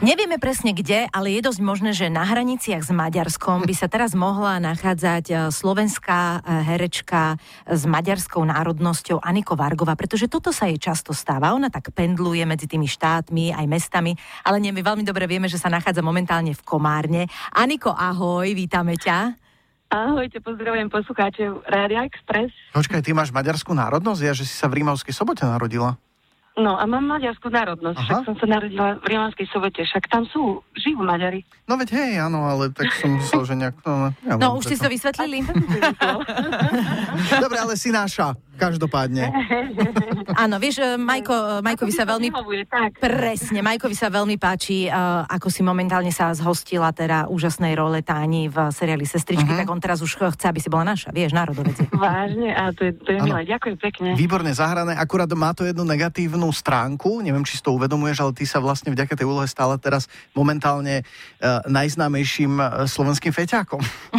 Nevieme presne kde, ale je dosť možné, že na hraniciach s Maďarskom by sa teraz mohla nachádzať slovenská herečka s maďarskou národnosťou Aniko Vargová, pretože toto sa jej často stáva. Ona tak pendluje medzi tými štátmi, aj mestami, ale my veľmi dobre vieme, že sa nachádza momentálne v Komárne. Aniko, ahoj, vítame ťa. Ahojte, pozdravujem poslucháčov Rádia Express. Počkaj, ty máš maďarskú národnosť? Ja, že si sa v Rímavskej Sobote narodila. No a mám maďarskú národnosť, však som sa narodila v Rímavskej Sobote, však tam žijú Maďari. No veď hej, áno, ale tak som myslel, že nejak... No už si to vysvetlili? Dobre, ale si naša, každopádne. Áno, vieš, Majkovi sa veľmi... Presne, Majkovi sa veľmi páči, ako si momentálne sa zhostila teda úžasnej role Táni v seriáli Sestričky, tak on teraz už chce, aby si bola naša, vieš, národoveci. Vážne, a to je milé, ďakujem pekne. Výborne zahrané, akurát má to jednu negatívnu stránku, neviem, či si to uvedomuješ, ale ty sa vlastne vďaka tej úlohe stále teraz momentálne najznámejším slovenským feťákom.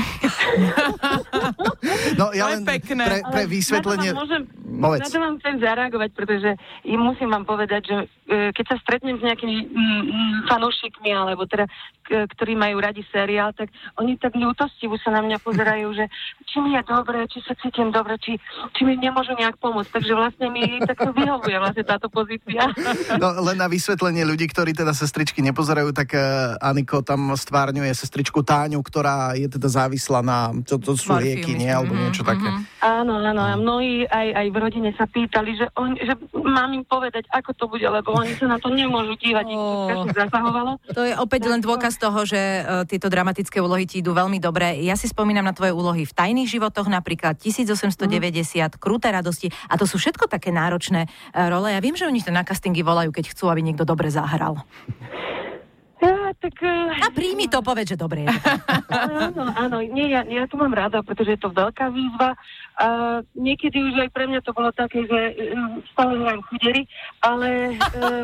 No ja len pre vysvetlenie... Na to vám chcem zareagovať, pretože musím vám povedať, že keď sa stretnem s nejakými fanúšikmi, alebo teda, ktorí majú radi seriál, tak oni tak ľútostivo sa na mňa pozerajú, že či mi je dobre, či sa cítim dobre, či mi nemôžu nejak pomôcť. Takže vlastne mi takto vyhovuje vlastne táto pozícia. No len na vysvetlenie ľudí, ktorí teda Sestričky nepozerajú, tak Aniko tam stvárňuje sestričku Táňu, ktorá je teda závislá na to sú lieky, nie? Alebo niečo také. Áno, a mnohí aj v rodine sa pýtali, že mám im povedať, ako to bude, lebo oni sa na to nemôžu dívať, ich to zasahovalo. To je opäť len dôkaz toho, že tieto dramatické úlohy ti idú veľmi dobre. Ja si spomínam na tvoje úlohy v Tajných životoch, napríklad 1890, Kruté radosti, a to sú všetko také náročné role. Ja viem, že oni to na castingy volajú, keď chcú, aby niekto dobre zahral. A príjmi to, povedz, že dobre je. Áno, nie, ja to mám rada, pretože je to veľká výzva. Niekedy už aj pre mňa to bolo také, že stále hrajem chudery, ale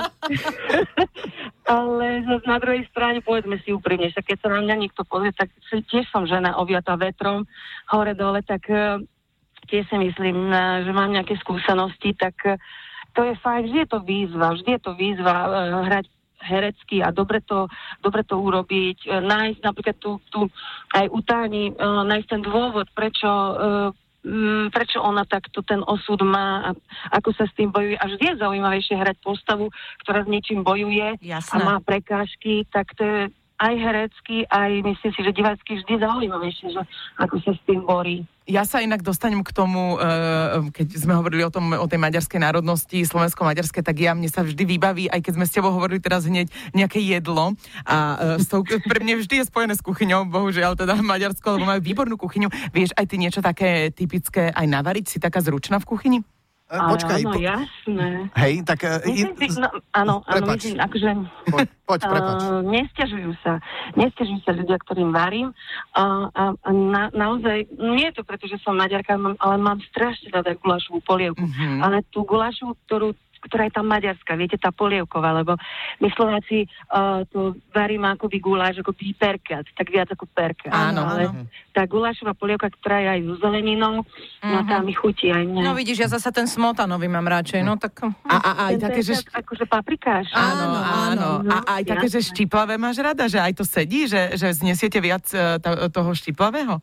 zase na druhej strane, povedzme si úprimne, že keď sa na mňa niekto pozrie, tak tiež som žena oviatá vetrom hore-dole, tak tiež si myslím, že mám nejaké skúsenosti, tak to je fajn, vždy je to výzva hrať herecky a dobre to urobiť, nájsť napríklad tu aj u Táni, nájsť ten dôvod, prečo ona takto ten osud má a ako sa s tým bojuje. A vždy je zaujímavejšie hrať postavu, ktorá s niečím bojuje. Jasné. A má prekážky, tak to je aj herecky, aj myslím si, že divácky vždy zaujímavejšie, že ako sa s tým borí. Ja sa inak dostanem k tomu, keď sme hovorili o tej maďarskej národnosti, slovensko-maďarskej, tak mne sa vždy vybaví, aj keď sme s tebou hovorili teraz hneď, nejaké jedlo. A pre mňa vždy je spojené s kuchyňou, bohužiaľ teda Maďarsko, lebo majú výbornú kuchyňu. Vieš aj ty niečo také typické aj navariť? Si taká zručná v kuchyni? Počkaj. Áno, jasné. Hej, tak... Áno, prepáč. myslím, akože... Poď, prepáč. Nesťažujú sa ľudia, ktorým varím. A naozaj, nie je to preto, že som Maďarka, ale mám strašne rada gulášovú polievku. Ale tú gulášovú, ktorá je tam maďarská, viete, tá polievková, lebo my Slováci to varíme ako guláš, ako perkát, tak viac ako perkát. Áno, ale tá gulášová polievka, ktorá je aj so zeleninou, no tá mi chutí aj mňa. No vidíš, ja zasa ten smotanový mám radšej, no tak... A aj také, že... Akože paprikáš. Áno. A aj také, že štiplavé máš rada, že aj to sedí, že znesiete viac toho štiplavého?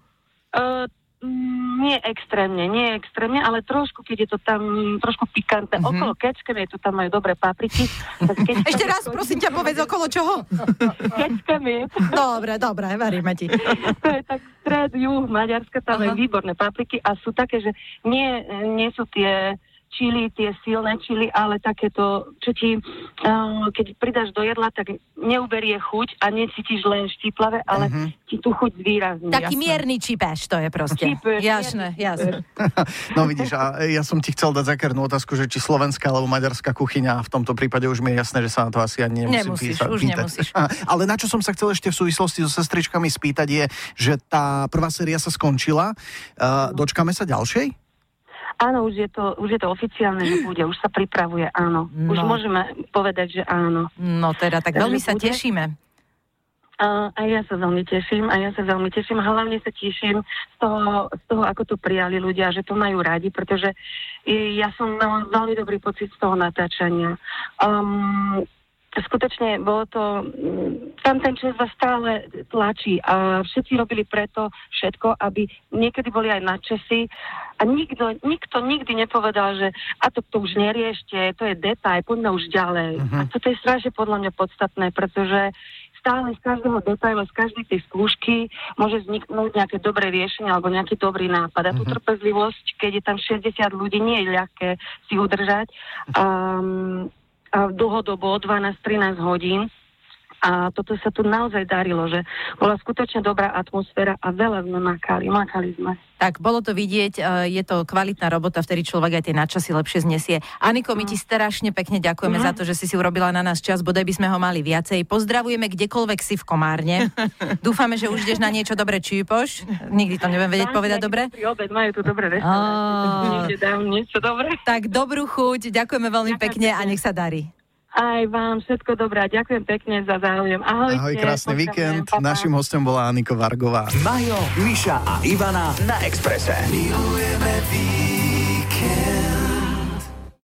Nie extrémne, ale trošku, keď je to tam trošku pikantné. Okolo kečkeme, tu tam majú dobré papriky. Ešte raz, prosím ťa, povedz, okolo čoho? Kečkeme. Dobre, veríme ti. To je tak stred, juh, Maďarska, tam majú výborné papriky a sú také, že nie sú tie čili, tie silné čili, ale takéto, čo ti, keď pridáš do jedla, tak neuberie chuť a necítiš len štiplavé, ale ti tú chuť zvýrazní. Taký mierny čipeš, to je proste. Jasné. No vidíš, a ja som ti chcel dať zakernú otázku, že či slovenská alebo maďarská kuchyňa, v tomto prípade už mi je jasné, že sa na to asi ani nemusím nemusíš. Ale na čo som sa chcel ešte v súvislosti so Sestričkami spýtať je, že tá prvá séria sa skončila. Dočkáme sa ďalšej? Áno, už je to oficiálne, že bude, už sa pripravuje, áno. No. Už môžeme povedať, že áno. No teda, tak veľmi sa tešíme. A ja sa veľmi teším. Hlavne sa teším z toho, ako to prijali ľudia, že to majú radi, pretože ja som mala veľmi dobrý pocit z toho natáčania. skutočne bolo to, tam ten čas vás stále tlačí a všetci robili preto všetko, aby niekedy boli aj nadčasy a nikto nikdy nepovedal, že a to už neriešte, to je detail, poďme už ďalej. A toto je strašne podľa mňa podstatné, pretože stále z každého detailu, z každej tej skúšky môže vzniknúť nejaké dobré riešenie alebo nejaký dobrý nápad. A tú trpezlivosť, keď je tam 60 ľudí, nie je ľahké si udržať. A dlhodobo 12-13 hodín. A toto sa tu naozaj darilo, že bola skutočne dobrá atmosféra a veľa sme makali sme. Tak, bolo to vidieť, je to kvalitná robota, vtedy človek aj tie nadčasy lepšie znesie. Aniko, my ti strašne pekne ďakujeme za to, že si urobila na nás čas, bodaj by sme ho mali viacej. Pozdravujeme kdekoľvek si v Komárne. Dúfame, že už ideš na niečo dobre čípoš. Nikdy to neviem vedieť povedať dobre. Pri obed majú tu dobré reštaurácie, dám niečo dobré. Tak dobrú chuť, ďakujeme veľmi pekne a nech sa darí. Aj vám všetko dobré. Ďakujem pekne za záujem. Ahojte. Ahoj, krásny víkend. Naším hostom bola Aniko Vargová. Majo, Miša a Ivana na Expresse. Milujeme víkend.